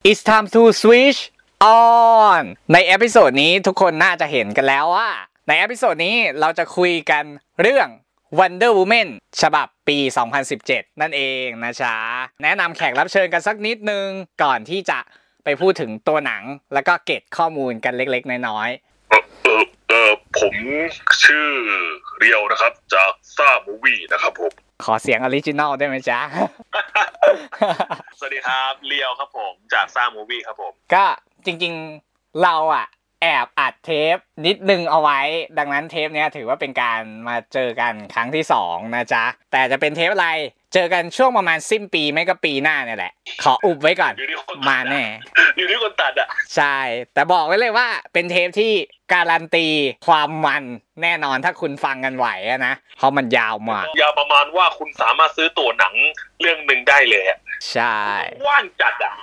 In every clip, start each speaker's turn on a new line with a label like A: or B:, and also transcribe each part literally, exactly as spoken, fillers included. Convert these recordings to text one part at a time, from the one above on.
A: It's time to switch on ในเอพิโซดนี้ทุกคนน่าจะเห็นกันแล้วว่าในเอพิโซดนี้เราจะคุยกันเรื่อง Wonder Woman ฉบับปีสองพันสิบเจ็ดนั่นเองนะจ๊ะแนะนำแขกรับเชิญกันสักนิดนึงก่อนที่จะไปพูดถึงตัวหนังแล้วก็เก็บข้อมูลกันเล็กๆน้อย
B: ๆเออเออเออผมชื่อเรียวนะครับจากซ่ามูวี่นะครับผม
A: ขอเสียงออริจินอลได้ไหมจ๊ะ
B: สวัสดีครับเรียวครับผมจากซ่ามูวี่ครับผม
A: ก็จริงๆเราอ่ะแอบอัดเทปนิดนึงเอาไว้ดังนั้นเทปเนี้ยถือว่าเป็นการมาเจอกันครั้งที่สองนะจ๊ะแต่จะเป็นเทปอะไรเจอกันช่วงประมาณสิ้นปีไม่ก็ปีหน้าเนี่ยแหละขออุบไว้ก่อนมาแน่
B: อยู่ที่คนตัดอ่ะ
A: ใช่แต่บอกไว้เลยว่าเป็นเทปที่การันตีความมันแน่นอนถ้าคุณฟังกันไหวนะเพราะมันยาวมาก
B: ยาวประมาณว่าคุณสามารถซื้อตั๋วหนังเรื่องนึงได้เลยอ่ะ
A: ใช่
B: ว่างจัดอ่ะ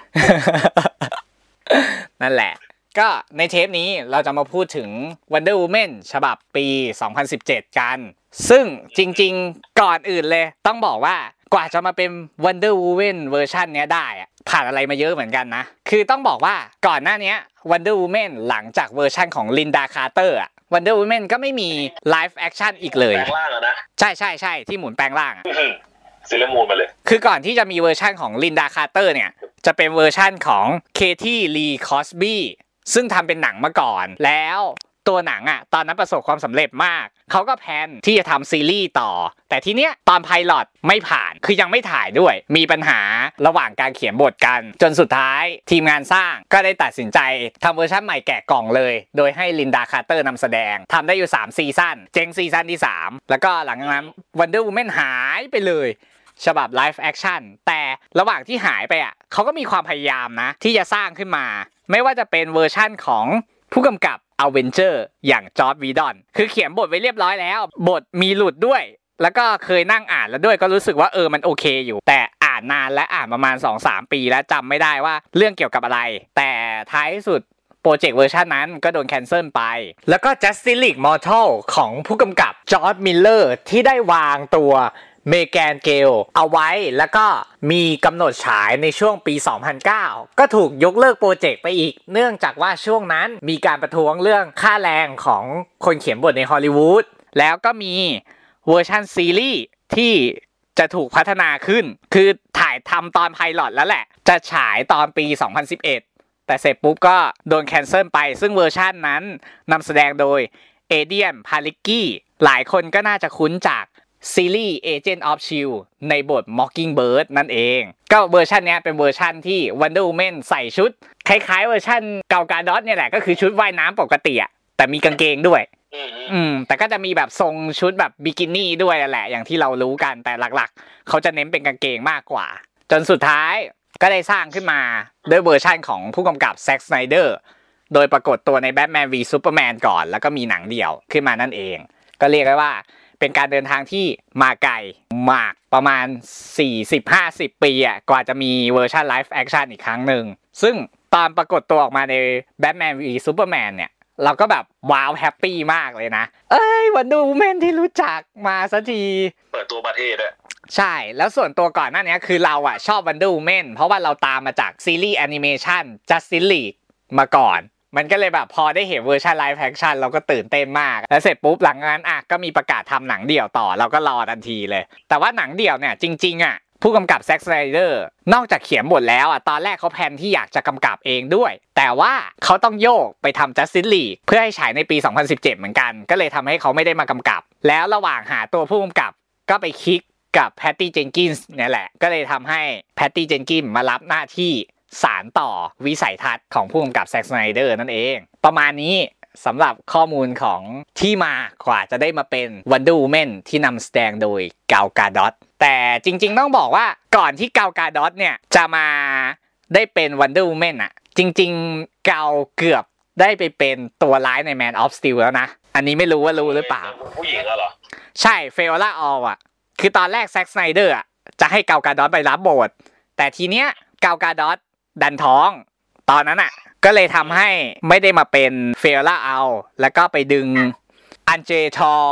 A: นั่นแหละก็ในเทปนี้เราจะมาพูดถึง Wonder Woman ฉบับปีสองพันสิบเจ็ดกันซึ่งจริงๆก่อนอื่นเลยต้องบอกว่ากว่าจะมาเป็น Wonder Woman เวอร์ชันเนี้ยได้อะผ่านอะไรมาเยอะเหมือนกันนะคือต้องบอกว่าก่อนหน้านี้ Wonder Woman หลังจากเวอร์ชันของ Linda Carter อะ Wonder Woman ก็ไม่มี Live Action อีกเลย
B: แปลงร่างอะนะ
A: ใช่ๆๆที่หมุนแปลงร่างอะ
B: เซเลมูนมาเลย
A: คือก่อนที่จะมีเวอร์ชันของ Linda Carter เนี่ยจะเป็นเวอร์ชันของ Katie Lee Cosbyซึ่งทำเป็นหนังมาก่อนแล้วตัวหนังอ่ะตอนนั้นประสบความสำเร็จมากเขาก็แพลนที่จะทำซีรีส์ต่อแต่ทีเนี้ยตอนไพลอตไม่ผ่านคือยังไม่ถ่ายด้วยมีปัญหาระหว่างการเขียนบทกันจนสุดท้ายทีมงานสร้างก็ได้ตัดสินใจทำเวอร์ชันใหม่แกะกล่องเลยโดยให้ลินดาคาร์เตอร์นำแสดงทำได้อยู่สามซีซั่นเจ๊งซีซั่นที่สามแล้วก็หลังจากนั้น Wonder Woman หายไปเลยฉบับ Live Action แต่ระหว่างที่หายไปอ่ะเขาก็มีความพยายามนะที่จะสร้างขึ้นมาไม่ว่าจะเป็นเวอร์ชั่นของผู้กำกับอเวนเจอร์อย่างจอร์จวีดอนคือเขียนบทไว้เรียบร้อยแล้วบทมีหลุดด้วยแล้วก็เคยนั่งอ่านแล้วด้วยก็รู้สึกว่าเออมันโอเคอยู่แต่อ่านนานและอ่านประมาณ สองถึงสาม ปีแล้วจำไม่ได้ว่าเรื่องเกี่ยวกับอะไรแต่ท้ายสุดโปรเจกต์เวอร์ชันนั้นก็โดนแคนเซิลไปแล้วก็ Justice League Mortal ของผู้กำกับจอร์จมิลเลอร์ที่ได้วางตัวเมแกนเกลเอาไว้แล้วก็มีกำหนดฉายในช่วงปีสองพันเก้าก็ถูกยกเลิกโปรเจกต์ไปอีกเนื่องจากว่าช่วงนั้นมีการประท้วงเรื่องค่าแรงของคนเขียนบทในฮอลลีวูดแล้วก็มีเวอร์ชันซีรีส์ที่จะถูกพัฒนาขึ้นคือถ่ายทำตอนไพลอตแล้วแหละจะฉายตอนปีสองพันสิบเอ็ดแต่เสร็จปุ๊บก็โดนแคนเซิลไปซึ่งเวอร์ชันนั้นนำแสดงโดยเอเดียนพาลิกกี้หลายคนก็น่าจะคุ้นจากซีรีส์ Agent of ชีลด์ ในบท Mockingbird นั่นเองก็เวอร์ชันนี้เป็นเวอร์ชันที่ Wonder Woman ใส่ชุดคล้ายๆเวอร์ชันเกา Gadot เนี่ยแหละก็คือชุดว่ายน้ำปกติอะแต่มีกางเกงด้วยอืมแต่ก็จะมีแบบทรงชุดแบบบิกินี่ด้วยแหละอย่างที่เรารู้กันแต่หลักๆเขาจะเน้นเป็นกางเกงมากกว่าจนสุดท้ายก็ได้สร้างขึ้นมาด้วยเวอร์ชันของผู้กำกับแซ็ก สไนเดอร์โดยปรากฏตัวใน Batman v Superman ก่อนแล้วก็มีหนังเดี่ยวขึ้นมานั่นเองก็เรียกได้ว่าเป็นการเดินทางที่มาไกลมากประมาณ สี่สิบถึงห้าสิบ ปีอ่ะกว่าจะมีเวอร์ชัน Live Action อีกครั้งหนึ่งซึ่งตอนปรากฏตัวออกมาใน Batman v Superman เนี่ยเราก็แบบว้าวแฮปปี้มากเลยนะเอ้ย Wonder Woman ที่รู้จักมาสักที
B: เปิดตัวประเทศด้วย
A: ใช่แล้วส่วนตัวก่อนหน้านี้คือเราอ่ะชอบ Wonder Woman เพราะว่าเราตามมาจากซีรีส์แอนิเมชัน Justice League มาก่อนมันก็เลยแบบพอได้เห็นเวอร์ชันไลฟ์แอคชั่นเราก็ตื่นเต้นมากแล้วเสร็จปุ๊บหลังนั้นอ่ะก็มีประกาศทำหนังเดี่ยวต่อเราก็รอทันทีเลยแต่ว่าหนังเดี่ยวเนี่ยจริงๆอ่ะผู้กำกับแซ็ก สไนเดอร์นอกจากเขียนบทแล้วอ่ะตอนแรกเขาแพลนที่อยากจะกำกับเองด้วยแต่ว่าเขาต้องโยกไปทำ Justice League เพื่อให้ฉายในปีสองพันสิบเจ็ดเหมือนกันก็เลยทำให้เขาไม่ได้มากำกับแล้วระหว่างหาตัวผู้กำกับก็ไปคลิกกับแพตตี้เจนกินส์เนี่ยแหละก็เลยทำให้แพตตี้เจนกินส์มารับหน้าที่สารต่อวิสัยทัศน์ของผู้กำกับแซ็ก สไนเดอร์นั่นเองประมาณนี้สำหรับข้อมูลของที่มากว่าจะได้มาเป็น Wonder Woman ที่นำแสดงโดยเกา กาดอตแต่จริงๆต้องบอกว่าก่อนที่เกา กาดอตเนี่ยจะมาได้เป็น Wonder Woman อ่ะจริงๆเกาเกือบได้ไปเป็นตัวร้ายใน Man of Steel แล้วนะอันนี้ไม่รู้ว่ารู้หรือเปล่า
B: ผู้หญิงเหรอ
A: ใช่เฟโอลาออลอ่ะคือตอนแรกแซ็ก สไนเดอร์อ่ะจะให้เกา กาดอตไปรับบทแต่ทีเนี้ยเกา กาดอตดันท้องตอนนั้นอ่ะก็เลยทำให้ไม่ได้มาเป็นเฟลล่าเอาแล้วก็ไปดึงอันเจทอล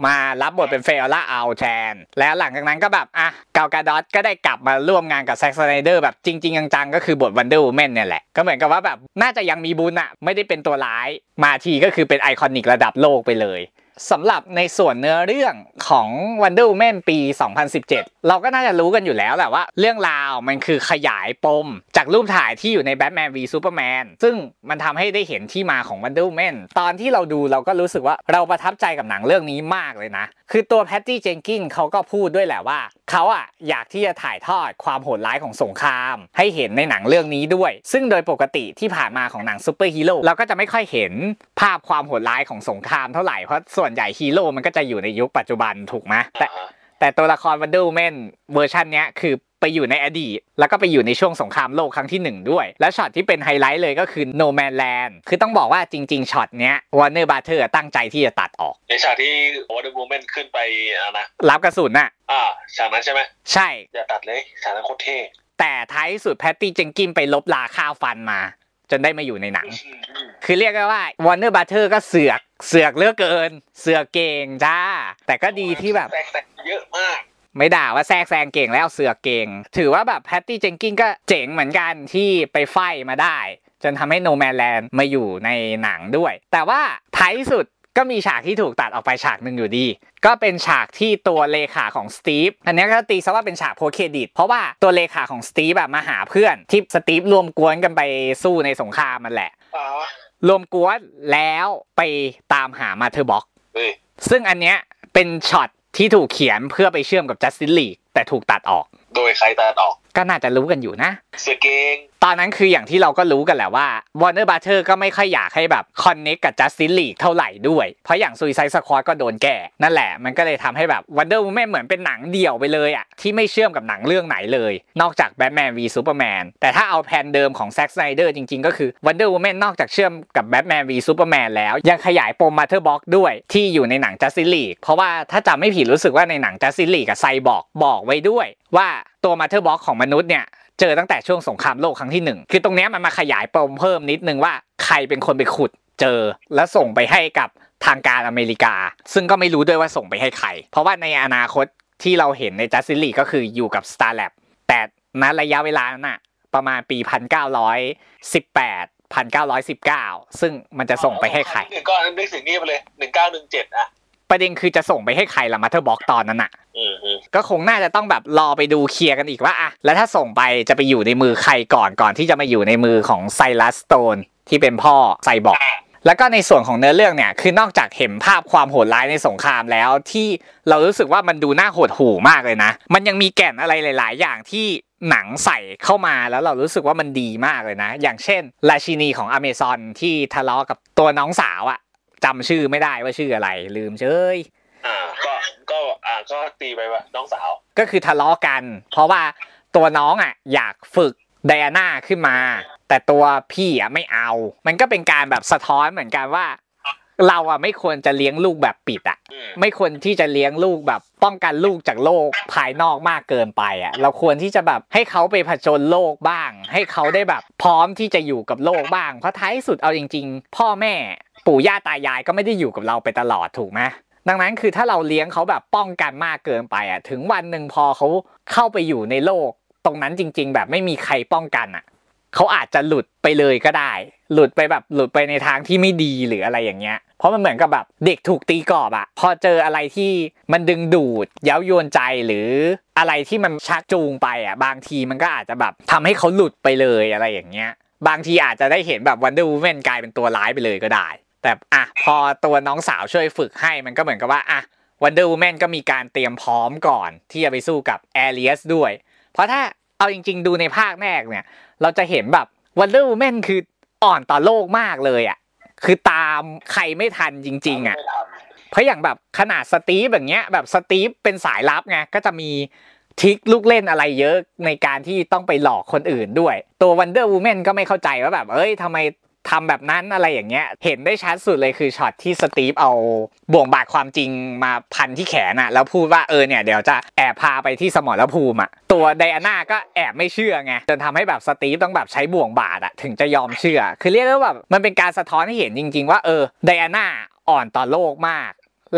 A: มารับบทเป็นเฟลล่าอัลแทนแล้วหลังจากนั้นก็แบบอ่ะเกา กาดอตก็ได้กลับมาร่วมงานกับแซ็ก สไนเดอร์แบบจริงๆจังๆก็คือบท Wonder Woman เนี่ยแหละก็เหมือนกับว่าแบบน่าจะยังมีบุญอะไม่ได้เป็นตัวร้ายมาทีก็คือเป็นไอคอนิกระดับโลกไปเลยสำหรับในส่วนเนื้อเรื่องของ Wonder Woman ปี สองพันสิบเจ็ด เราก็น่าจะรู้กันอยู่แล้วแหละว่าเรื่องราวมันคือขยายปมจากรูปถ่ายที่อยู่ใน Batman v Superman ซึ่งมันทำให้ได้เห็นที่มาของ Wonder Woman ตอนที่เราดูเราก็รู้สึกว่าเราประทับใจกับหนังเรื่องนี้มากเลยนะคือตัว Patty Jenkins เขาก็พูดด้วยแหละว่าเขาอะอยากที่จะถ่ายทอดความโหดร้ายของสงครามให้เห็นในหนังเรื่องนี้ด้วยซึ่งโดยปกติที่ผ่านมาของหนังซูเปอร์ฮีโร่เราก็จะไม่ค่อยเห็นภาพความโหดร้ายของสงครามเท่าไหร่เพราะส่วนใหญ่ฮีโร่มันก็จะอยู่ในยุคปัจจุบันถูกไหมแต่แต่ตัวละคร Wonder Woman เวอร์ชันเนี้ยคือไปอยู่ในอดีตแล้วก็ไปอยู่ในช่วงสงครามโลกครั้งที่หนึ่งด้วยและช็อตที่เป็นไฮไลท์เลยก็คือ No Man Land คือต้องบอกว่าจริงๆช็อตเนี้ย Warner Brother ตั้งใจที่จะตัดออก
C: ในฉากที่ Wonder Woman ขึ้นไปอ่ะนะ
A: รับกระสุนน่ะ
C: อ่าฉากนั้นใช่ไหม
A: ใช่
C: อย่าตัดเลยฉากนั้นโคตรเท่
A: แต่ท้ายสุด Patty Jenkins ไปลบลาข้าวฟันมาจนได้มาอยู่ในหนังคือเรียกได้ว่า Warner Brother ก็เสือกเสือกเหลือเกินเสือกเก่งจ้าแต่ก็ดีที่แบบ
C: แตกเยอะมาก
A: ไม่ด่าว่าแทรกแซงเก่งแล้วเสือกเก่งถือว่าแบบ Patty Jenkins ก็เจ๋งเหมือนกันที่ไปไฟมาได้จนทำให้ No Man Land มาอยู่ในหนังด้วยแต่ว่าท้ายสุดก็มีฉากที่ถูกตัดออกไปฉากหนึ่งอยู่ดีก็เป็นฉากที่ตัวเลขาของสตีฟอันนี้ก็ตีซะว่าเป็นฉากโพสต์เครดิตเพราะว่าตัวเลขาของสตีฟแบบมาหาเพื่อนที่สตีฟรวมกวนกันไปสู้ในสงครามมันแหละรวมกวนแล้วไปตามหามาเธอร์บ็อกซึ่งอันเนี้ยเป็นช็อตที่ถูกเขียนเพื่อไปเชื่อมกับ Justice League แต่ถูกตัดออก
C: โดยใครตัดออก
A: ก็น่าจะรู้กันอยู่นะ
C: เสือเก่ง
A: ตอนนั้นคืออย่างที่เราก็รู้กันแหละว่า Warner Brother ก็ไม่ค่อยอยากให้แบบคอนเนคกับ Justice League เท่าไหร่ด้วยเพราะอย่าง Suicide Squad ก็โดนแก้นั่นแหละมันก็เลยทำให้แบบ Wonder Woman เหมือนเป็นหนังเดี่ยวไปเลยอ่ะที่ไม่เชื่อมกับหนังเรื่องไหนเลยนอกจาก Batman v Superman แต่ถ้าเอาแผนเดิมของ Zack Snyder จริงๆก็คือ Wonder Woman นอกจากเชื่อมกับ Batman v Superman แล้วยังขยายปม Mother Box ด้วยที่อยู่ในหนัง Justice League เพราะว่าถ้าจำไม่ผิดรู้สึกว่าในหนัง Justice League กับไซบอร์กบอกไว้ด้วยว่าตัว Mother Box ของมนุษย์เนี่ยเจอตั้งแต่ช่วงสงครามโลกครั้งที่หนึ่งคือตรงนี้มันมาขยายปมเพิ่มนิดนึงว่าใครเป็นคนไปขุดเจอแล้วส่งไปให้กับทางการอเมริกาซึ่งก็ไม่รู้ด้วยว่าส่งไปให้ใครเพราะว่าในอนาคตที่เราเห็นใน Justice League ก็คืออยู่กับ Star Lab แต่ณระยะเวลานั้นน่ะประมาณปีหนึ่งพันเก้าร้อยสิบแปด หนึ่งพันเก้าร้อยสิบเก้าซึ่งมันจะส่งไปให้ใคร
C: ก็นึกถึงนี่ไปเลยหนึ่งเก้าหนึ่งเจ็ดอ่ะ
A: ประเด็นคือจะส่งไปให้ใครล่ะ Mother Box ตอนนั้นน่ะก็คงน่าจะต้องแบบรอไปดูเคลียร์กันอีกว่าอะแล้วถ้าส่งไปจะไปอยู่ในมือใครก่อนก่อนที่จะมาอยู่ในมือของไซรัสสโตนที่เป็นพ่อไซบอร์กแล้วก็ในส่วนของเนื้อเรื่องเนี่ยคือนอกจากเห็นภาพความโหดร้ายในสงครามแล้วที่เรารู้สึกว่ามันดูน่าหดหู่มากเลยนะมันยังมีแก่นอะไรหลายๆอย่างที่หนังใส่เข้ามาแล้วเรารู้สึกว่ามันดีมากเลยนะอย่างเช่นราชินีของอเมซอนที่ทะเลาะกับตัวน้องสาวอะจำชื่อไม่ได้ว่าชื่ออะไรลืมเฉย
C: อ่าก็ก็อ่าก็ตีไปว่าน้องสาว
A: ก็คือทะเลาะกันเพราะว่าตัวน้องอ่ะอยากฝึกไดอาน่าขึ้นมาแต่ตัวพี่อ่ะไม่เอามันก็เป็นการแบบสะท้อนเหมือนกันว่าเราอ่ะไม่ควรจะเลี้ยงลูกแบบปิดอ่ะไม่ควรที่จะเลี้ยงลูกแบบป้องกันลูกจากโลกภายนอกมากเกินไปอ่ะเราควรที่จะแบบให้เขาไปผจญโลกบ้างให้เขาได้แบบพร้อมที่จะอยู่กับโลกบ้างเพราะท้ายสุดเอาจริงๆพ่อแม่ปู่ย่าตายายก็ไม่ได้อยู่กับเราไปตลอดถูกไหมดังนั้นคือถ้าเราเลี้ยงเขาแบบป้องกันมากเกินไปอ่ะถึงวันหนึ่งพอเขาเข้าไปอยู่ในโลกตรงนั้นจริงๆแบบไม่มีใครป้องกันอ่ะเขาอาจจะหลุดไปเลยก็ได้หลุดไปแบบหลุดไปในทางที่ไม่ดีหรืออะไรอย่างเงี้ยเพราะมันเหมือนกับแบบเด็กถูกตีกรอบอ่ะพอเจออะไรที่มันดึงดูดเย้ายวนใจหรืออะไรที่มันชักจูงไปอ่ะบางทีมันก็อาจจะแบบทำให้เขาหลุดไปเลยอะไรอย่างเงี้ยบางทีอาจจะได้เห็นแบบ Wonder Woman กลายเป็นตัวร้ายไปเลยก็ได้แต่อ่ะพอตัวน้องสาวช่วยฝึกให้มันก็เหมือนกับว่าอ่ะ Wonder Woman ก็มีการเตรียมพร้อมก่อนที่จะไปสู้กับ Ares ด้วยเพราะถ้าเอาจริงๆดูในภาคแรกเนี่ยเราจะเห็นแบบ Wonder Woman คืออ่อนต่อโลกมากเลยอ่ะคือตามใครไม่ทันจริงๆอ่ะเพราะอย่างแบบขนาดสตีฟอย่างเงี้ยแบบสตีฟเป็นสายลับไงก็จะมีทริคลูกเล่นอะไรเยอะในการที่ต้องไปหลอกคนอื่นด้วยตัว Wonder Woman ก็ไม่เข้าใจว่าแบบเอ้ยทำไมทำแบบนั้นอะไรอย่างเงี้ยเห็นได้ชัดสุดเลยคือช็อตที่สตีฟเอาบ่วงบาดความจริงมาพันที่แขนอ่ะแล้วพูดว่าเออเนี่ยเดี๋ยวจะแอบพาไปที่สมรภูมิอ่ะตัวไดอาน่าก็แอบไม่เชื่อไงจนทำให้แบบสตีฟต้องแบบใช้บ่วงบาดอ่ะถึงจะยอมเชื่อคือเรียกได้ว่าแบบมันเป็นการสะท้อนให้เห็นจริงๆว่าเออไดอาน่าอ่อนต่อโลกมากและ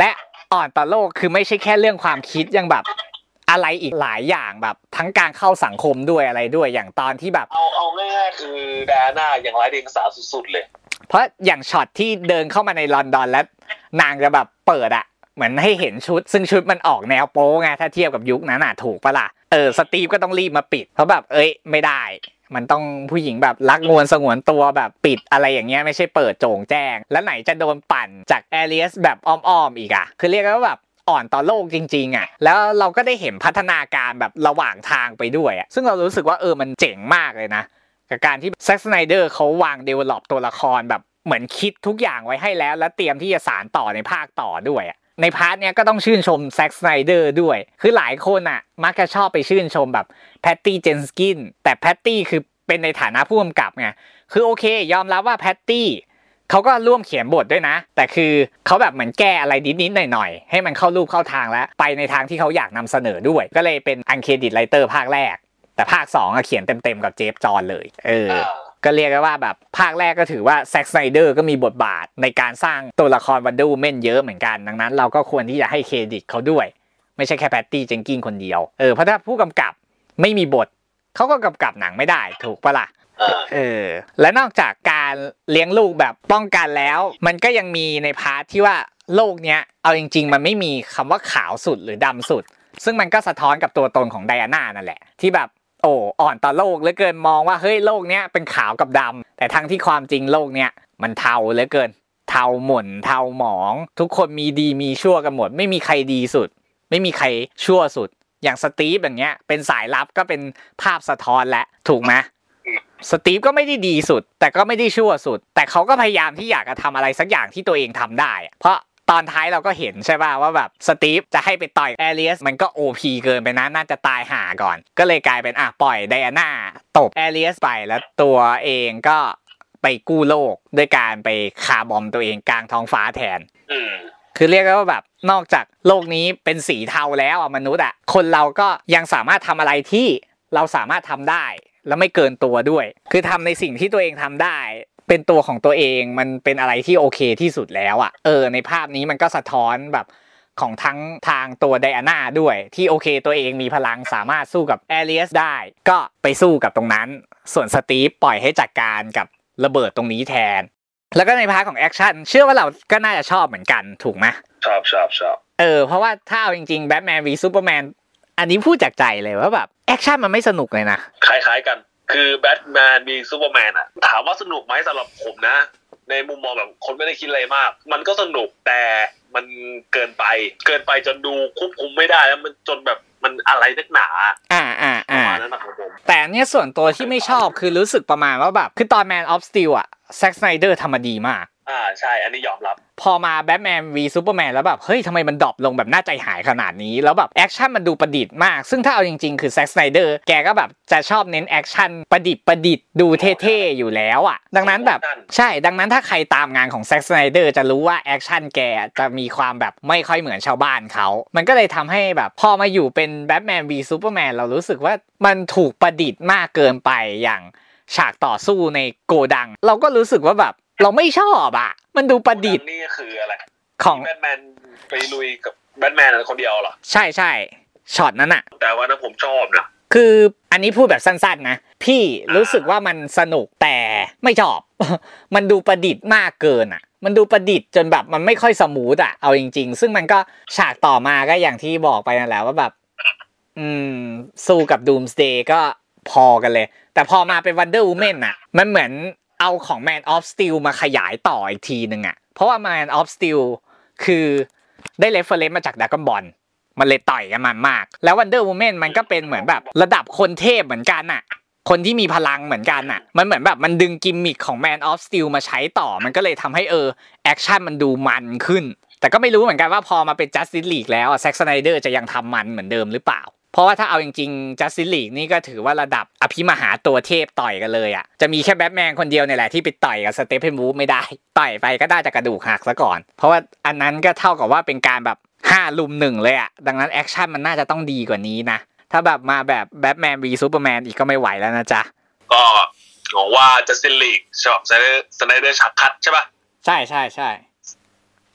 A: อ่อนต่อโลกคือไม่ใช่แค่เรื่องความคิดยังแบบอะไรอีกหลายอย่างแบบทั้งการเข้าสังคมด้วยอะไรด้วยอย่างตอนที่แบบ
C: เอาเอาง่ายๆคือไดอาน่าอย่างไร้เดียงสาสุดๆเลย
A: เพราะอย่างช็อตที่เดินเข้ามาในลอนดอนแล้วนางจะแบบเปิดอะเหมือนให้เห็นชุดซึ่งชุดมันออกแนวโป๊ไงถ้าเทียบกับยุคนั้นน่ะถูกปะล่ะเออสตีฟก็ต้องรีบมาปิดเพราะแบบเอ้ยไม่ได้มันต้องผู้หญิงแบบรักงวนสงวนตัวแบบปิดอะไรอย่างเงี้ยไม่ใช่เปิดโจ่งแจ้งแล้วไหนจะโดนปั่นจากแอเรียสแบบอ้อมๆอีกอะคือเรียกว่าแบบอ่อนต่อโลกจริงๆอ่ะแล้วเราก็ได้เห็นพัฒนาการแบบระหว่างทางไปด้วยอ่ะซึ่งเรารู้สึกว่าเออมันเจ๋งมากเลยนะกับการที่แซ็กสไนเดอร์เขาวางเดเวลลอปตัวละครแบบเหมือนคิดทุกอย่างไว้ให้แล้วและเตรียมที่จะสานต่อในภาคต่อด้วยอ่ะในพาร์ทเนี้ยก็ต้องชื่นชมแซ็กสไนเดอร์ด้วยคือหลายคนอ่ะมักจะชอบไปชื่นชมแบบแพตตี้เจนสกินแต่แพตตี้คือเป็นในฐานะผู้กำกับไงคือโอเคยอมรับว่าแพตตี้เขาก็ร่วมเขียนบทด้วยนะแต่คือเขาแบบเหมือนแก้อะไรนิดๆหน่อยๆให้มันเข้ารูปเข้าทางแล้วไปในทางที่เขาอยากนำเสนอด้วยก็เลยเป็นอันเครดิตไรเตอร์ภาคแรกแต่ภาคสองอะเขียนเต็มๆกับเจฟจอห์นเลยเออก็เรียกได้ว่าแบบภาคแรกก็ถือว่าแซ็กสไนเดอร์ก็มีบทบาทในการสร้างตัวละครวันเดอร์วูแมนเยอะเหมือนกันดังนั้นเราก็ควรที่จะให้เครดิตเขาด้วยไม่ใช่แค่แพตตี้เจนกินคนเดียวเออเพราะถ้าผู้กำกับไม่มีบทเขาก็กำกับหนังไม่ได้ถูกปะล่ะเออและนอกจากการเลี้ยงลูกแบบป้องกันแล้วมันก็ยังมีในพาร์ทที่ว่าโลกเนี้ยเอาจริงๆมันไม่มีคำว่าขาวสุดหรือดำสุดซึ่งมันก็สะท้อนกับตัวตนของไดอาน่านั่นแหละที่แบบโอ้อ่อนต่อโลกเหลือเกินมองว่าเฮ้ยโลกเนี้ยเป็นขาวกับดำแต่ทั้งที่ความจริงโลกเนี้ยมันเทาเหลือเกินเทาหม่นเทาหมองทุกคนมีดีมีชั่วกันหมดไม่มีใครดีสุดไม่มีใครชั่วสุดอย่างสตีฟอย่างเงี้ยเป็นสายลับก็เป็นภาพสะท้อนและถูกไหมสตีฟก็ไม่ได้ดีสุดแต่ก็ไม่ได้ชั่วสุดแต่เขาก็พยายามที่อยากจะทำอะไรสักอย่างที่ตัวเองทำได้เพราะตอนท้ายเราก็เห็นใช่ป่ะว่าแบบสตีฟจะให้ไปต่อยแอเรียสมันก็ โอ พี เกินไปนะน่าจะตายห่าก่อนก็เลยกลายเป็นอ่ะปล่อยไดอาน่าตบแอเรียสไปแล้วตัวเองก็ไปกู้โลกด้วยการไปคาร์บอมตัวเองกลางท้องฟ้าแทนคือเรียกว่าแบบนอกจากโลกนี้เป็นสีเทาแล้วอ่ะมนุษย์อ่ะคนเราก็ยังสามารถทำอะไรที่เราสามารถทำได้แล้วไม่เกินตัวด้วยคือทำในสิ่งที่ตัวเองทำได้เป็นตัวของตัวเองมันเป็นอะไรที่โอเคที่สุดแล้วอ่ะเออในภาพนี้มันก็สะท้อนแบบของทั้งทางตัวไดอาน่าด้วยที่โอเคตัวเองมีพลังสามารถสู้กับแอเรียสได้ก็ไปสู้กับตรงนั้นส่วนสตีฟปล่อยให้จัดการกับระเบิดตรงนี้แทนแล้วก็ในพาร์ทของแอคชั่นเชื่อว่าเราก็น่าจะชอบเหมือนกันถูกไหม
B: ชอบชอบชอบ
A: เออเพราะว่าถ้าเอาจริงๆแบทแมนวีซูเปอร์แมนอันนี้พูดจากใจเลยว่าแบบแอคชั่นมันไม่สนุกเลยนะ
C: คล้ายๆกันคือแบทแมนมีซูเปอร์แมนอะถามว่าสนุกไหมสำหรับผมนะในมุมมองแบบคนไม่ได้คิดอะไรมากมันก็สนุกแต่มันเกินไปเกินไปจนดูควบคุมไม่ได้แล้วมันจนแบบมันอะไรนักหนา
A: อ่าอ่าอ่าแต่เนี้ยส่วนตัวที่ไม่ชอบคือรู้สึกประมาณว่าแบบคือตอน Man of Steel อะแซ็กสไนเดอร์ทำมาดีมาก
C: อ่าใช่อันนี้ยอมรับ
A: พอมาแบทแมนวีซูเปอร์แมนแล้วแบบเฮ้ยทำไมมันดรอปลงแบบน่าใจหายขนาดนี้แล้วแบบแอคชั่นมันดูประดิษฐ์มากซึ่งถ้าเอาจริงๆคือแซ็กสไนเดอร์แกก็แบบจะชอบเน้นแอคชั่นประดิษฐ์ประดิษฐ์ดูเท่ๆอยู่แล้วอ่ะดังนั้นแบบใช่ดังนั้นถ้าใครตามงานของแซ็กสไนเดอร์จะรู้ว่าแอคชั่นแกจะมีความแบบไม่ค่อยเหมือนชาวบ้านเขามันก็เลยทำให้แบบพอมาอยู่เป็นแบทแมนวีซูเปอร์แมนเรารู้สึกว่ามันถูกประดิษฐ์มากเกินไปอย่างฉากต่อสู้ในโกดังเราก็รู้สึกว่าแบบเราไม่ชอบอ่ะมันดูประดิษฐ์
C: นี่คืออะไร
A: ของ
C: แบทแมนไปลุยกับแบทแมนคนเดียวเหรอ
A: ใช่ใช่ช็อตนั้นอ่ะ
C: แต่ว่านั้นผมชอบนะ
A: คืออันนี้พูดแบบสั้นๆนะพี่รู้สึกว่ามันสนุกแต่ไม่ชอบมันดูประดิษฐ์มากเกินอ่ะมันดูประดิษฐ์จนแบบมันไม่ค่อยสมูทอ่ะเอาจริงๆซึ่งมันก็ฉากต่อมาก็อย่างที่บอกไปนั่นแหละว่าแบบอืมสู้กับ Doomsday ก็พอกันเลยแต่พอมาเป็น Wonder Woman อ่ะมันเหมือนเอาของ Man of Steel มาขยายต่ออีกทีนึงอ่ะเพราะว่า Man of Steel คือได้ reference มาจาก Dragon Ball มันเลยต่อยกันมันมากแล้ว Wonder Woman มันก็เป็นเหมือนแบบระดับคนเทพเหมือนกันน่ะคนที่มีพลังเหมือนกันน่ะมันเหมือนแบบมันดึงกิมมิคของ Man of Steel มาใช้ต่อมันก็เลยทำให้เออแอคชั่นมันดูมันขึ้นแต่ก็ไม่รู้เหมือนกันว่าพอมาเป็น Justice League แล้วอ่ะ Zack Snyder จะยังทำมันเหมือนเดิมหรือเปล่าเพราะว่าถ้าเอาจริงๆ Justice League นี่ก็ถือว่าระดับอภิมหาตัวเทพต่อยกันเลยอ่ะจะมีแค่แบทแมนคนเดียวเนี่ยแหละที่ไปต่อยกับสเตเฟนวูฟไม่ได้ต่อยไปก็ได้จากกระดูกหักซะก่อนเพราะว่าอันนั้นก็เท่ากับว่าเป็นการแบบห้าลุมหนึ่งเลยอ่ะดังนั้นแอคชั่นมันน่าจะต้องดีกว่านี้นะถ้าแบบมาแบบแบทแมน v ซูเปอร์แมนอีกก็ไม่ไหวแล้วนะจ๊ะ
C: ก็หวังว่า Justice League ชอบ Snyder ฉากคัดใช่ป่ะ
A: ใช่ๆๆ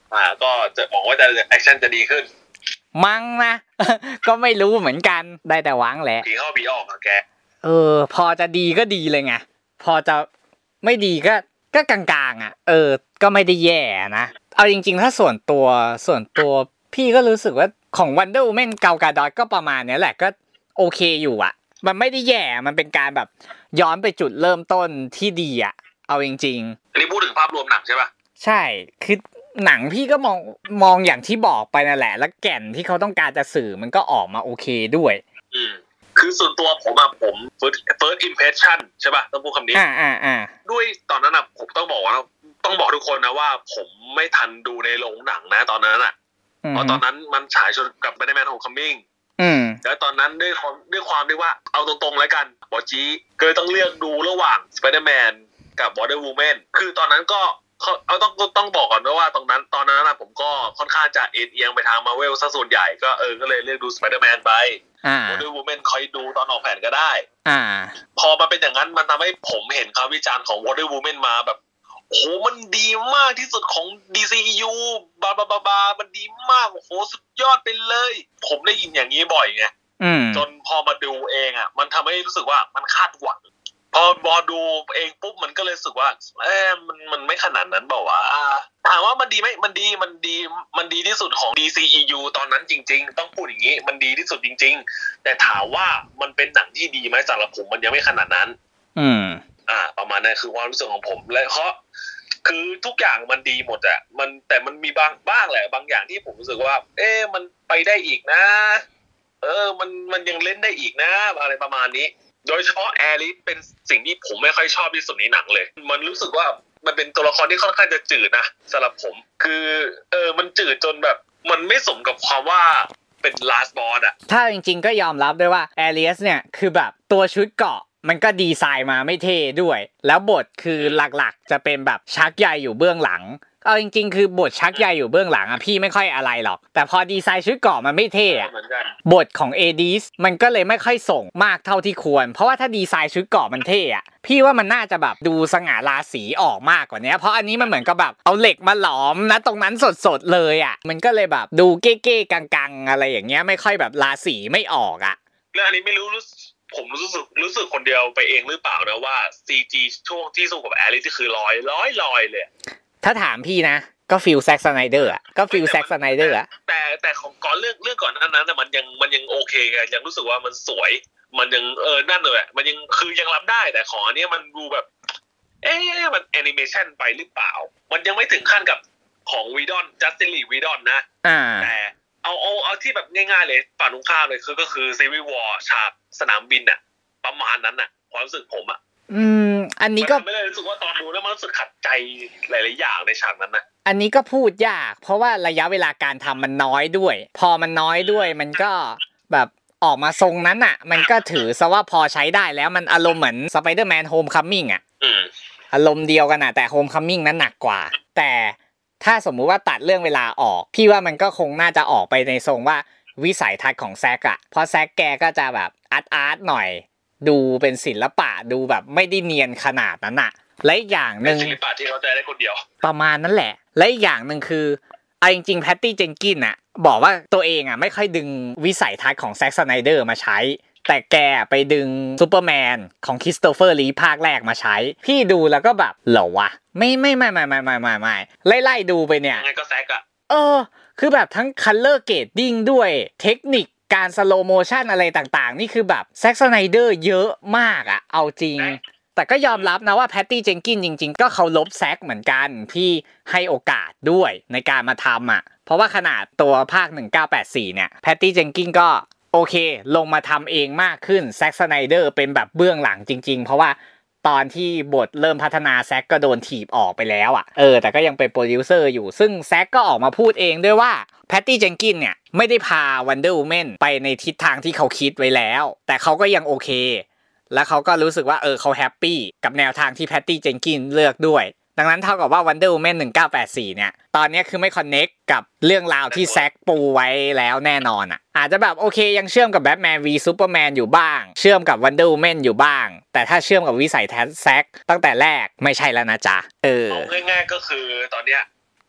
C: อ่าก็จะหวังว่าจะแอคชั่นจะดีขึ้น
A: มั้งนะ ก็ไม่รู้เหมือนกันได้แต่หวังแหละ
C: ผีเข้าผีออกอะแก
A: เออพอจะดีก็ดีเลยไงพอจะไม่ดีก็ก็กลางๆอ่ะเออก็ไม่ได้แย่นะเอาจริงๆถ้าส่วนตัวส่วนตัวพี่ก็รู้สึกว่าของ Wonder Woman เกากาดอทก็ประมาณนี้แหละก็โอเคอยู่อ่ะมันไม่ได้แย่มันเป็นการแบบย้อนไปจุดเริ่มต้นที่ดีอ่ะเอาจริง
C: ๆอันนี้พูดถึงภาพรวมหนังใช่ป่ะ
A: ใช่คือหนังพี่ก็มองมองอย่างที่บอกไปนั่นแหละแล้วแก่นที่เขาต้องการจะสื่อมันก็ออกมาโอเคด้วย
C: อืมคือส่วนตัวผมอะผม first first impression ใช่ป่ะต้องพูดคำนี้
A: อ่าอ่าอ่า
C: ด้วยตอนนั้นอะผมต้องบอกว่าต้องบอกทุกคนนะว่าผมไม่ทันดูในโรงหนังนะตอนนั้นอะเพราะตอนนั้นมันฉายชนกับ Spider-Man Homecoming
A: อืม
C: แล้วตอนนั้นด้วยความด้วยความที่ว่าเอาตรงๆแล้วกันบอจีก็เลยต้องเลือกดูระหว่าง Spider-Man กับ Wonder Woman คือตอนนั้นก็เอาต้องต้องบอกก่อนว่าตรงนั้นตอนนั้นนะผมก็ค่อนข้างจะเอ็นเอียงไปทาง Marvel ซะส่วนใหญ่ก็เออก็เลยเลือกดู Spider-Man ไป
A: อ่า
C: Wonder Woman คอยดูตอนออกแผ่นก็ได้
A: อ่า
C: พอมาเป็นอย่างนั้นมันทำให้ผมเห็นคำวิจารณ์ของ Wonder Woman มาแบบโอ้โหมันดีมากที่สุดของ ดี ซี อี ยู บาบาบาบามันดีมากโอ้โหสุดยอดไปเลยผมได้ยินอย่างนี้บ่อยไงจนพอมาดูเองอ่ะมันทำให้รู้สึกว่ามันคาดหวังพอบอดูเองปุ๊บมันก็เลยรู้สึกว่าเอ๊ะมันมันไม่ขนาดนั้นบอกว่าถามว่ามันดีไหมมันดีมันดีมันดีที่สุดของ ดี ซี อี ยู ตอนนั้นจริงๆต้องพูดอย่างนี้มันดีที่สุดจริงๆแต่ถามว่ามันเป็นหนังที่ดีไหมสำหรับผมมันยังไม่ขนาดนั้น
A: อืม
C: อ่าประมาณนั้นคือความรู้สึกของผมและเพราะคือทุกอย่างมันดีหมดอะมันแต่มันมีบางบ้างแหละบางอย่างที่ผมรู้สึกว่าเอ๊ะมันไปได้อีกนะเออมันมันยังเล่นได้อีกนะอะไรประมาณนี้โดยเฉพาะแอริสเป็นสิ่งที่ผมไม่ค่อยชอบที่สุดในหนังเลยมันรู้สึกว่ามันเป็นตัวละครที่ค่อนข้างจะจืดนะสำหรับผมคือเออมันจืดจนแบบมันไม่สมกับความว่าเป็น last boss อะ
A: ถ้าจริงๆก็ยอมรับด้วยว่าแอริสเนี่ยคือแบบตัวชุดเกราะมันก็ดีไซน์มาไม่เท่ด้วยแล้วบทคือหลักๆจะเป็นแบบชักใยอยู่เบื้องหลังเอาจริงๆคือบทชักใยอยู่เบื้องหลังอ่ะพี่ไม่ค่อยอะไรหรอกแต่พอดีไซน์ชุดเกราะมันไม่เท่อ่ะบทของเอดิสมันก็เลยไม่ค่อยส่งมากเท่าที่ควรเพราะว่าถ้าดีไซน์ชุดเกราะมันเท่อ่ะพี่ว่ามันน่าจะแบบดูสง่าราศีออกมากกว่านี้เพราะอันนี้มันเหมือนกับแบบเอาเหล็กมาหลอมนะตรงนั้นสดๆเลยอ่ะมันก็เลยแบบดูเก้ๆกังๆอะไรอย่างเงี้ยไม่ค่อยแบบราศีไม่ออกอ่ะ
C: แล้วอันนี้ไม่รู้ผมรู้สึกรู้สึกคนเดียวไปเองหรือเปล่านะว่า ซี จี ช่วงที่สู้กับแอริสคือลอยลอยลอยเลย
A: ถ้าถามพี่นะก็ฟิลแซ็กสไนเดอร์อ่ะก็ฟิลแซ็กสไนเดอร์อ่ะ
C: แต่แต่ของก่อนเรื่องเรื่องก่อนนั้นนั้นมันยังมันยังโอเคไงยังรู้สึกว่ามันสวยมันยังเออนั่นเลยมันยังคือยังรับได้แต่ของอันนี้มันดูแบบเอ๊ะมันแอนิเมชันไปหรือเปล่ามันยังไม่ถึงขั้นกับของวีดอนจัสตินลีวีดอนนะแต่เอาเอาเอาที่แบบง่ายๆเลยฝั่งตรงข้ามเลยคือก็คือซีวิวอร์ฉากสนามบินน่ะประมาณนั้นน่ะความรู้สึกผมอ่ะ
A: อืมอันนี้ก็
C: ไม่ได้รู้สึกว่าตอนดูแล้วมันรู้สึกขัดใจหลายๆอย่างในฉากนั้นนะ
A: อันนี้ก็พูดยากเพราะว่าระยะเวลาการทำมันน้อยด้วยพอมันน้อยด้วยมันก็แบบออกมาทรงนั้นอ่ะมันก็ถือซะว่าพอใช้ได้แล้วมันอารมณ์เหมือน Spider-Man Homecoming อ่ะอารมณ์เดียวกันน่ะแต่ Homecoming นั้นหนักกว่าแต่ถ้าสมมุติว่าตัดเรื่องเวลาออกพี่ว่ามันก็คงน่าจะออกไปในทรงว่าวิสัยทัศน์ของแซกอ่ะเพราะแซกแกก็จะแบบอาร์ตอาร์ตหน่อยดูเป็นศิลปะดูแบบไม่ได้เนียนขนาดนั้นน่ะและอีกอย่างนึง
C: ศิลปะที่เขาใจได้คนเดียว
A: ประมาณนั้นแหละและอีกอย่างนึงคือเอาจริงๆแพตตี้เจนกินน่ะบอกว่าตัวเองอ่ะไม่ค่อยดึงวิสัยทัศน์ของแซ็กสไนเดอร์มาใช้แต่แกไปดึงซูเปอร์แมนของคริสโตเฟอร์ลีภาคแรกมาใช้พี่ดูแล้วก็แบบเหรอวะไม่ไม่ไม่ไม่ไม่ไม่ไม่ไม่ไล่ๆดูไปเนี่ย
C: งั้นก็แซกอ่ะ
A: เออคือแบบทั้งคัลเลอร์เกรดดิ้งด้วยเทคนิคการสโลโมชั่นอะไรต่างๆนี่คือแบบแซ็กสไนเดอร์เยอะมากอ่ะเอาจริงแต่ก็ยอมรับนะว่าแพตตี้เจนกินจริงๆก็เคารพแซกเหมือนกันที่ให้โอกาสด้วยในการมาทำอ่ะเพราะว่าขนาดตัวภาคหนึ่งเก้าแปดสี่เนี่ยแพตตี้เจนกินก็โอเคลงมาทำเองมากขึ้นแซ็กสไนเดอร์เป็นแบบเบื้องหลังจริงๆเพราะว่าตอนที่บทเริ่มพัฒนาแซกก็โดนถีบออกไปแล้วอ่ะเออแต่ก็ยังเป็นโปรดิวเซอร์อยู่ซึ่งแซกก็ออกมาพูดเองด้วยว่าแพตตี้เจนกินเนี่ยไม่ได้พา Wonder Woman ไปในทิศทางที่เขาคิดไว้แล้วแต่เขาก็ยังโอเคและเขาก็รู้สึกว่าเออเขาแฮปปี้กับแนวทางที่แพตตี้เจนกินเลือกด้วยดังนั้นเท่ากับว่า Wonder Woman หนึ่งเก้าแปดสี่เนี่ยตอนนี้คือไม่คอนเนคกับเรื่องราวที่แซกปูไว้แล้วแน่นอนอ่ะอาจจะแบบโอเคยังเชื่อมกับ Batman v Superman อยู่บ้างเชื่อมกับ Wonder Woman อยู่บ้างแต่ถ้าเชื่อมกับวิสัยทัศน์แซกตั้งแต่แรกไม่ใช่แล้วนะจ๊ะเออ
C: เอาง่ายๆก็คือตอนเนี้ย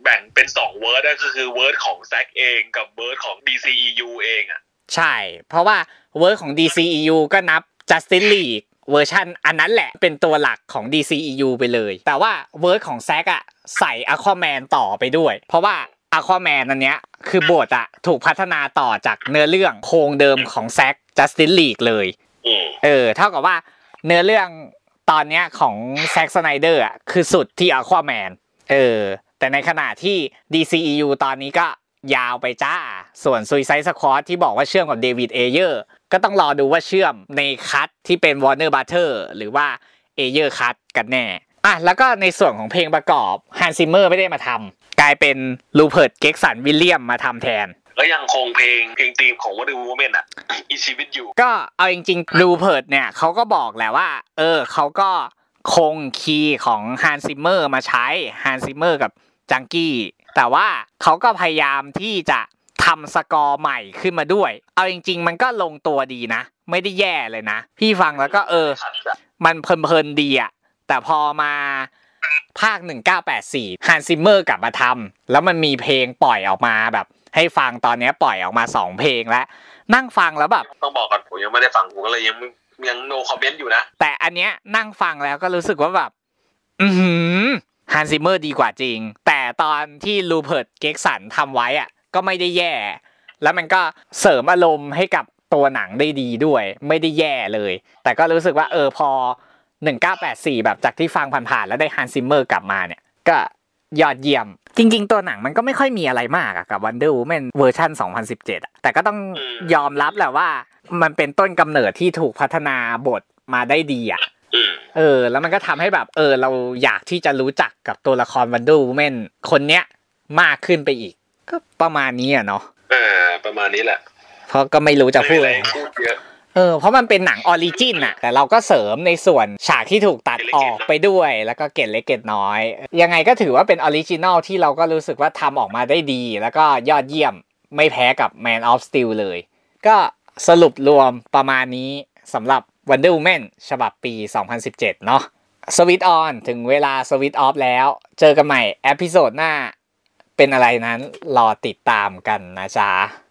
C: แบ่งเป็นสองเวิร์ดก็คือเวิร์ดของแซกเองกับเวิร์ดของ ดี ซี อี ยู เองอ่ะ
A: ใช่เพราะว่าเวิร์ดของ ดี ซี อี ยู ก็นับ Justice League เวอร์ชันอันนั้นแหละเป็นตัวหลักของ ดี ซี อี ยู ไปเลยแต่ว่าเวิร์ดของแซกอ่ะใส่ Aquaman ต่อไปด้วยเพราะว่า Aquaman อันเนี้ยคือบทอ่ะถูกพัฒนาต่อจากเนื้อเรื่องโครงเดิมของแซก Justice League เลยเออเท่ากับว่าเนื้อเรื่องตอนเนี้ยของแซ็ก สไนเดอร์อ่ะคือสุดที่ Aquaman เออแต่ในขณะที่ ดี ซี อี ยู ตอนนี้ก็ยาวไปจ้าส่วน Suicide Squad ที่บอกว่าเชื่อมกับเดวิด เอเยอร์ก็ต้องรอดูว่าเชื่อมในคัทที่เป็น Warner Brother หรือว่าเอเยอร์คัทกันแน่อ่ะแล้วก็ในส่วนของเพลงประกอบ Hans Zimmer ไม่ได้มาทำกลายเป็น Rupert Gregson Williams มาทำแทน
C: แล้วยังคงเพลงเพลงธีมของ Wonder Woman อ่ะ อีชีวิตอยู่
A: ก็เอาจริงๆ Rupert เนี่ยเขาก็บอกแหละว่าเออเขาก็คงคีย์ของ Hans Zimmer มาใช้ Hans Zimmer กับจังกี้แต่ว่าเขาก็พยายามที่จะทำสกอร์ใหม่ขึ้นมาด้วยเอาจริงๆมันก็ลงตัวดีนะไม่ได้แย่เลยนะพี่ฟังแล้วก็เออมันเพลินๆดีอ่ะแต่พอมาภาคหนึ่งเก้าแปดสี่ Hans Zimmer กลับมาทำแล้วมันมีเพลงปล่อยออกมาแบบให้ฟังตอนนี้ปล่อยออกมาสองเพลงแล้วนั่งฟังแล้วแบบ
C: ต้องบอกก่อนผมยังไม่ได้ฟังผมก็เลยยังยัง no comment อยู่นะ
A: แต่อันเนี้ยนั่งฟังแล้วก็รู้สึกว่าแบบอื้อหือ Hans Zimmer ดีกว่าจริงแต่ตอนที่ Rupert Gregson ทำไว้อ่ะก็ไม่ได้แย่แล้วมันก็เสริมอารมณ์ให้กับตัวหนังได้ดีด้วยไม่ได้แย่เลยแต่ก็รู้สึกว่าเออพอหนึ่งเก้าแปดสี่แบบจากที่ฟังผ่านๆแล้วได้ Hans Zimmer กลับมาเนี่ยก็ยอดเยี่ยมจริงๆตัวหนังมันก็ไม่ค่อยมีอะไรมากอะกับ Wonder Woman เวอร์ชันสองพันสิบเจ็ดอะแต่ก็ต้องยอมรับแหละว่ามันเป็นต้นกำเนิดที่ถูกพัฒนาบทมาได้ดีอะเออแล้วมันก็ทำให้แบบเออเราอยากที่จะรู้จักกับตัวละคร Wonder Woman คนเนี้ยมากขึ้นไปอีกก็ประมาณนี้อะเนาะ
C: เออประมาณนี้แหละ
A: เพราะก็ไม่รู้จะพูดอะไรเออเพราะมันเป็นหนังออริจินน่ะแต่เราก็เสริมในส่วนฉากที่ถูกตัดออกไปด้วยแล้วก็เกร็ดเล็กเกร็ดน้อยยังไงก็ถือว่าเป็นออริจินอลที่เราก็รู้สึกว่าทำออกมาได้ดีแล้วก็ยอดเยี่ยมไม่แพ้กับ Man of Steel เลยก็สรุปรวมประมาณนี้สำหรับ Wonder Woman ฉบับปีสองพันสิบเจ็ดเนาะ Switch on ถึงเวลา Switch off แล้วเจอกันใหม่เอพิโซดหน้าเป็นอะไรนั้นรอติดตามกันนะจ๊ะ